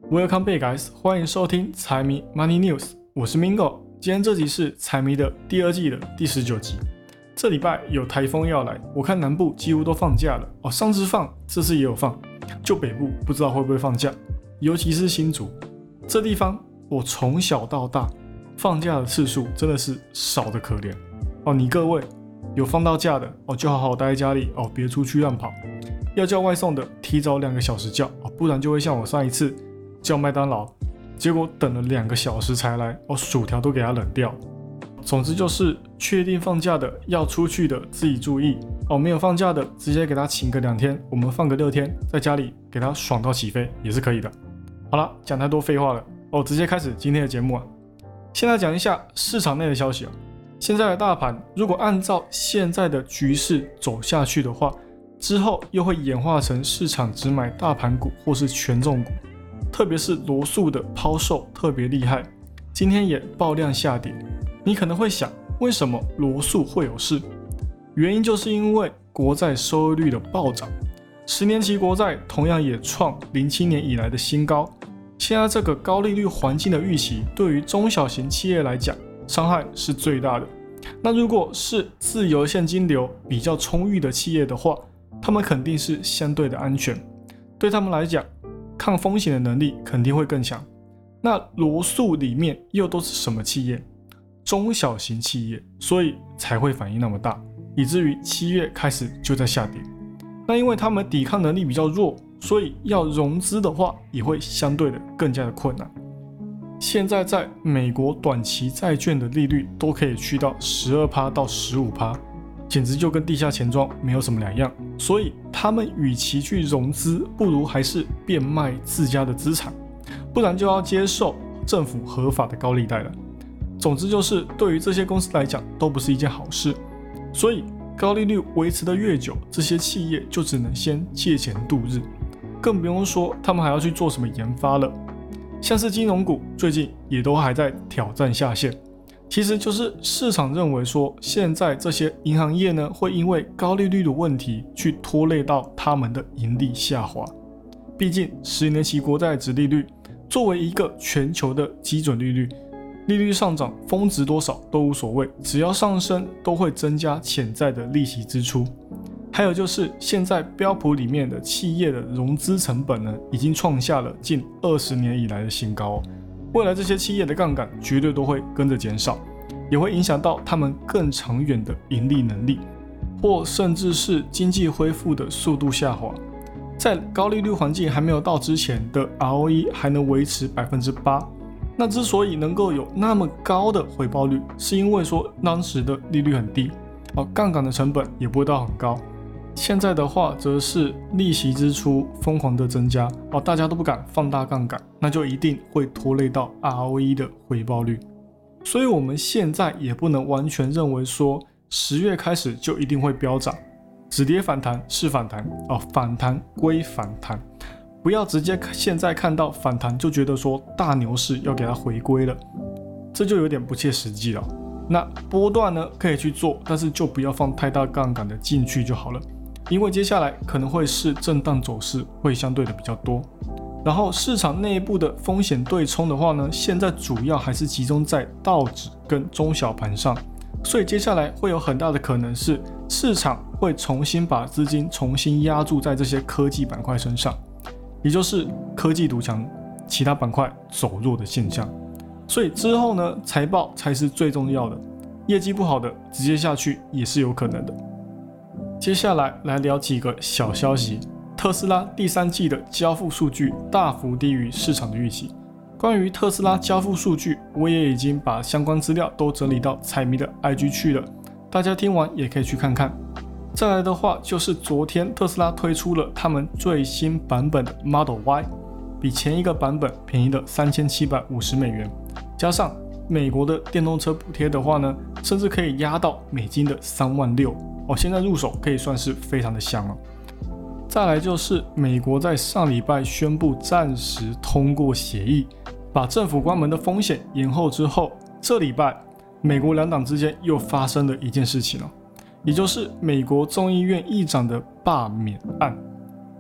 Welcome back, guys！ 欢迎收听财迷 Money News， 我是 Mingo。今天这集是财迷的第二季的第19集。这礼拜有台风要来，我看南部几乎都放假了哦，上次放，这次也有放，就北部不知道会不会放假，尤其是新竹这地方，我从小到大放假的次数真的是少得可怜哦。你各位有放到假的哦，就好好待在家里哦，别出去乱跑。要叫外送的，提早2个小时叫哦，不然就会像我上一次叫麦当劳，结果等了2个小时才来哦，薯条都给它冷掉。总之就是确定放假的要出去的自己注意哦，没有放假的直接给他请个2天，我们放个6天，在家里给他爽到起飞也是可以的。好了，讲太多废话了哦，直接开始今天的节目啊。先来讲一下市场内的消息啊。现在的大盘如果按照现在的局势走下去的话，之后又会演化成市场只买大盘股或是权重股，特别是罗素的抛售特别厉害，今天也爆量下跌。你可能会想，为什么罗素会有事？原因就是因为国债收益率的暴涨，10年期国债同样也创07年以来的新高。现在这个高利率环境的预期，对于中小型企业来讲，伤害是最大的。那如果是自由现金流比较充裕的企业的话，他们肯定是相对的安全，对他们来讲，抗风险的能力肯定会更强。那罗素里面又都是什么企业？中小型企业，所以才会反应那么大，以至于7月开始就在下跌。那因为他们抵抗能力比较弱，所以要融资的话，也会相对的更加的困难。现在在美国短期债券的利率都可以去到12%到15%。简直就跟地下钱庄没有什么两样，所以他们与其去融资，不如还是变卖自家的资产，不然就要接受政府合法的高利贷了。总之就是对于这些公司来讲都不是一件好事，所以高利率维持的越久，这些企业就只能先借钱度日，更不用说他们还要去做什么研发了。像是金融股最近也都还在挑战下限。其实就是市场认为说，现在这些银行业呢，会因为高利率的问题去拖累到他们的盈利下滑。毕竟10年期国债殖利率作为一个全球的基准利率，利率上涨峰值多少都无所谓，只要上升都会增加潜在的利息支出。还有就是现在标普里面的企业的融资成本呢，已经创下了近20年以来的新高哦。未来这些企业的杠杆绝对都会跟着减少，也会影响到他们更长远的盈利能力，或甚至是经济恢复的速度下滑。在高利率环境还没有到之前的 ROE 还能维持 8%， 那之所以能够有那么高的回报率，是因为说当时的利率很低，杠杆的成本也不会到很高。现在的话则是利息支出疯狂的增加，大家都不敢放大杠杆，那就一定会拖累到 ROE 的回报率。所以我们现在也不能完全认为说10月开始就一定会飙涨，止跌反弹是反弹，反弹归反弹，不要直接现在看到反弹就觉得说大牛市要给它回归了，这就有点不切实际了。那波段呢可以去做，但是就不要放太大杠杆的进去就好了。因为接下来可能会是震荡走势，会相对的比较多。然后市场内部的风险对冲的话呢，现在主要还是集中在道指跟中小盘上，所以接下来会有很大的可能是市场会重新把资金重新压注在这些科技板块身上，也就是科技独强，其他板块走弱的现象。所以之后呢，财报才是最重要的，业绩不好的直接下去也是有可能的。接下来来聊几个小消息。特斯拉第3季的交付数据大幅低于市场的预期。关于特斯拉交付数据，我也已经把相关资料都整理到财迷的 IG 去了，大家听完也可以去看看。再来的话就是昨天特斯拉推出了他们最新版本的 Model Y， 比前一个版本便宜了$3750，加上美国的电动车补贴的话呢，甚至可以压到美金的36000现在入手可以算是非常的香了。再来就是美国在上礼拜宣布暂时通过协议，把政府关门的风险延后之后，这礼拜美国两党之间又发生了一件事情也就是美国众议院议长的罢免案。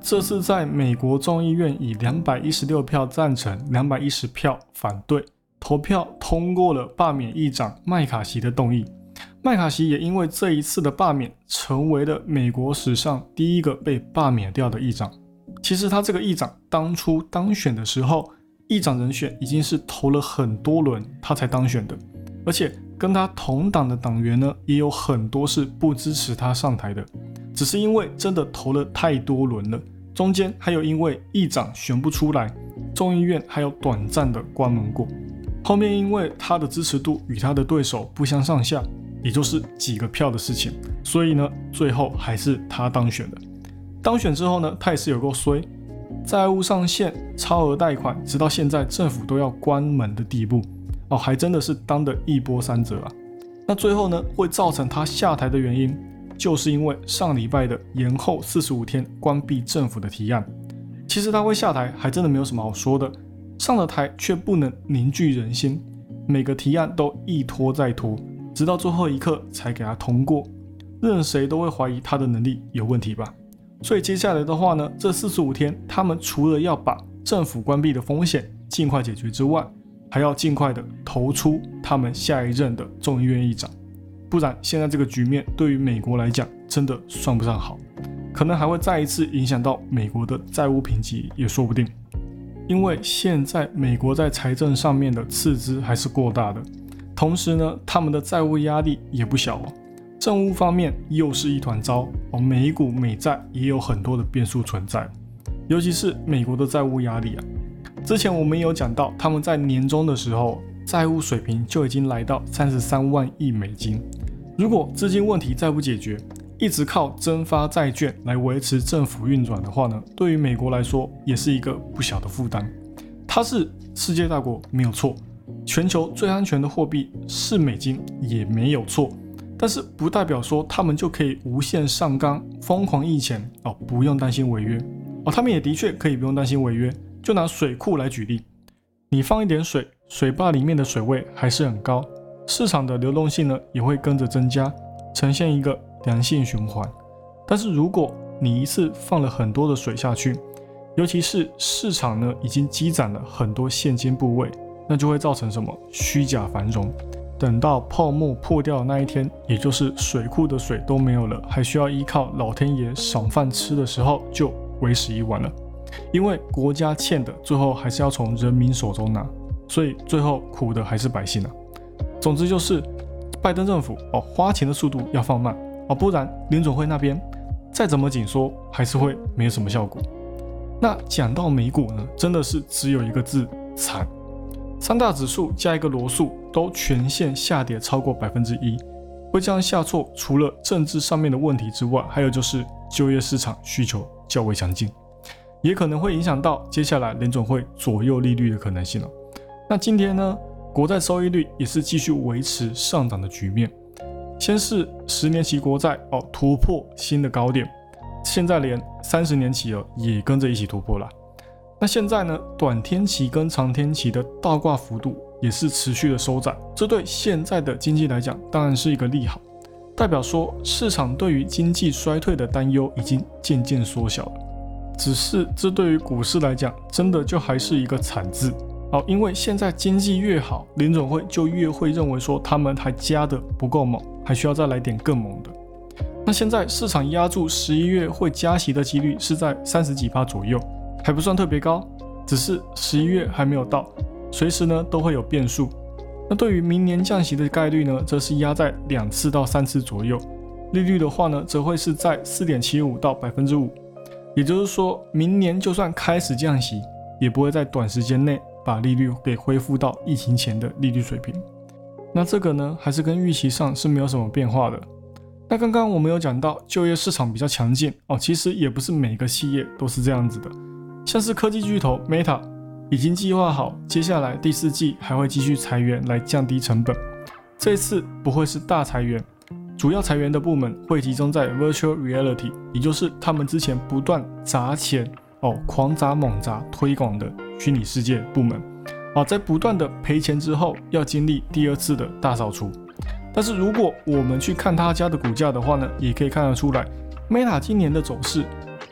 这次在美国众议院以216票赞成、210票反对，投票通过了罢免议长麦卡锡的动议。麦卡锡也因为这一次的罢免，成为了美国史上第一个被罢免掉的议长。其实他这个议长当初当选的时候，议长人选已经是投了很多轮他才当选的，而且跟他同党的党员呢，也有很多是不支持他上台的，只是因为真的投了太多轮了，中间还有因为议长选不出来，众议院还有短暂的关门过，后面因为他的支持度与他的对手不相上下，也就是几个票的事情，所以呢，最后还是他当选的。当选之后呢，他也是有够衰，债务上限、超额贷款，直到现在政府都要关门的地步哦，还真的是当的一波三折啊。那最后呢，会造成他下台的原因，就是因为上礼拜的延后45天关闭政府的提案。其实他会下台，还真的没有什么好说的，上了台却不能凝聚人心，每个提案都一拖再拖，直到最后一刻才给他通过，任谁都会怀疑他的能力有问题吧。所以接下来的话呢，这45天他们除了要把政府关闭的风险尽快解决之外，还要尽快的投出他们下一任的众议院议长，不然现在这个局面对于美国来讲真的算不上好，可能还会再一次影响到美国的债务评级也说不定。因为现在美国在财政上面的赤字还是过大的，同时呢，他们的债务压力也不小哦。政务方面又是一团糟哦，美股美债也有很多的变数存在，尤其是美国的债务压力啊。之前我们也有讲到，他们在年中的时候，债务水平就已经来到33万亿美金。如果资金问题再不解决，一直靠增发债券来维持政府运转的话呢，对于美国来说也是一个不小的负担。它是世界大国没有错，全球最安全的货币是美金也没有错。但是不代表说他们就可以无限上纲、疯狂印钱哦，不用担心违约哦。他们也的确可以不用担心违约。就拿水库来举例，你放一点水，水坝里面的水位还是很高，市场的流动性呢也会跟着增加，呈现一个良性循环。但是如果你一次放了很多的水下去，尤其是市场呢已经积攒了很多现金部位，那就会造成什么虚假繁荣。等到泡沫破掉的那一天，也就是水库的水都没有了，还需要依靠老天爷赏饭吃的时候，就为时已晚了。因为国家欠的最后还是要从人民手中拿，所以最后苦的还是百姓啊。总之就是拜登政府花钱的速度要放慢不然联准会那边再怎么紧缩还是会没有什么效果。那讲到美股呢，真的是只有一个字，惨。三大指数加一个罗素都全线下跌超过 1%， 会这样下挫，除了政治上面的问题之外，还有就是就业市场需求较为强劲，也可能会影响到接下来联准会左右利率的可能性。那今天呢，国债收益率也是继续维持上涨的局面，先是10年期国债突破新的高点，现在连30年期也跟着一起突破了。那现在呢，短天期跟长天期的倒挂幅度也是持续的收窄，这对现在的经济来讲当然是一个利好，代表说市场对于经济衰退的担忧已经渐渐缩小了。只是这对于股市来讲真的就还是一个惨字因为现在经济越好，联准会就越会认为说他们还加的不够猛，还需要再来点更猛的。那现在市场压住11月会加息的几率是在30几%左右，还不算特别高，只是11月还没有到，随时呢都会有变数。那对于明年降息的概率呢，则是压在2次到3次左右，利率的话呢，则会是在 4.75% 到 5%， 也就是说明年就算开始降息，也不会在短时间内把利率给恢复到疫情前的利率水平。那这个呢，还是跟预期上是没有什么变化的。那刚刚我们有讲到就业市场比较强劲其实也不是每个企业都是这样子的，像是科技巨头 Meta 已经计划好接下来第4季还会继续裁员来降低成本，这次不会是大裁员，主要裁员的部门会集中在 Virtual Reality， 也就是他们之前不断砸钱狂砸猛砸推广的虚拟世界部门在不断的赔钱之后要经历第2次的大扫除。但是如果我们去看他家的股价的话呢，也可以看得出来 Meta 今年的走势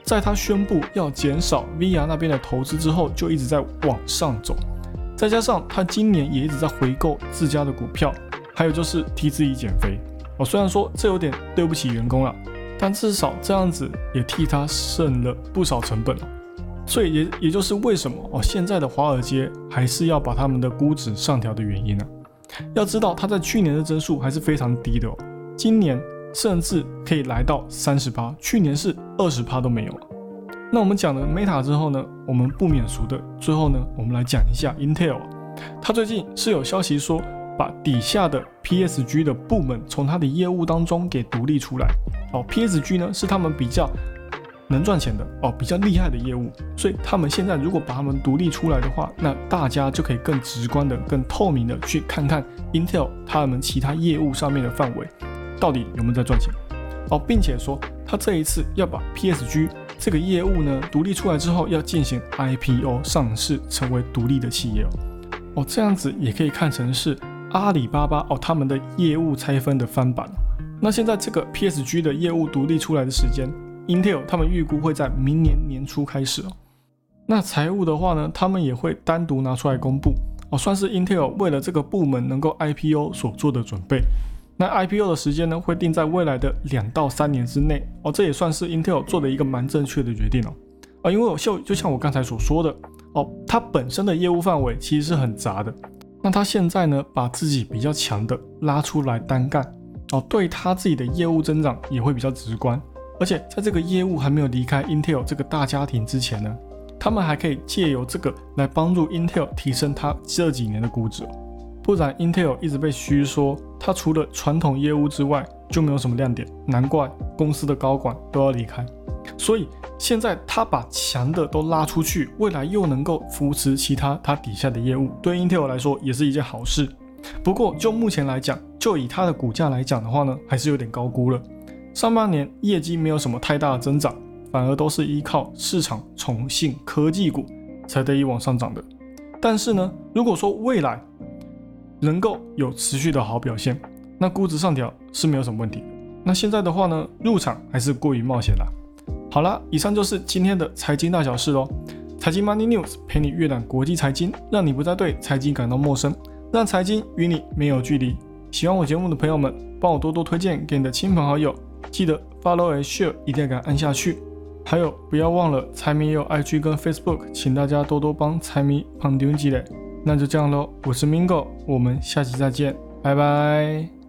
在他宣布要减少 VR 那边的投资之后，就一直在往上走。再加上他今年也一直在回购自家的股票，还有就是替自己减肥。虽然说这有点对不起员工啦，但至少这样子也替他省了不少成本。所以也就是为什么现在的华尔街还是要把他们的估值上调的原因。要知道他在去年的增速还是非常低的，今年甚至可以来到 30%， 去年是 20% 都没有。那我们讲了 Meta 之后呢，我们不免俗的最后呢，我们来讲一下 Intel。他最近是有消息说把底下的 PSG 的部门从他的业务当中给独立出来。PSG 呢是他们比较能赚钱的比较厉害的业务，所以他们现在如果把他们独立出来的话，那大家就可以更直观的、更透明的去看看 Intel 他们其他业务上面的范围到底有没有在赚钱。并且说他这一次要把 PSG 这个业务呢独立出来之后，要进行 IPO 上市，成为独立的企业。这样子也可以看成是阿里巴巴他们的业务拆分的翻版。那现在这个 PSG 的业务独立出来的时间，Intel 他们预估会在明年年初开始。那财务的话呢，他们也会单独拿出来公布，算是 Intel 为了这个部门能够 IPO 所做的准备。那 IPO 的时间呢，会定在未来的2到3年之内。这也算是 Intel 做的一个蛮正确的决定。因为就像我刚才所说的，它本身的业务范围其实是很杂的。那他现在呢，把自己比较强的拉出来单干，对他自己的业务增长也会比较直观。而且在这个业务还没有离开 Intel 这个大家庭之前呢，他们还可以借由这个来帮助 Intel 提升它这几年的估值。不然 Intel 一直被嘘说它除了传统业务之外就没有什么亮点，难怪公司的高管都要离开。所以现在他把强的都拉出去，未来又能够扶持其他他底下的业务，对 Intel 来说也是一件好事。不过就目前来讲，就以它的股价来讲的话呢，还是有点高估了。上半年业绩没有什么太大的增长，反而都是依靠市场宠幸科技股才得以往上涨的。但是呢，如果说未来能够有持续的好表现，那估值上调是没有什么问题的。那现在的话呢，入场还是过于冒险啦。好啦，以上就是今天的财经大小事咯。财经 Money News 陪你阅览国际财经，让你不再对财经感到陌生，让财经与你没有距离。喜欢我节目的朋友们，帮我多多推荐给你的亲朋好友，记得 follow and share 一定要给它按下去。还有不要忘了财迷也有 IG 跟 Facebook， 请大家多多帮财迷捧场起来。那就这样咯，我是 Mingo， 我们下期再见，拜拜。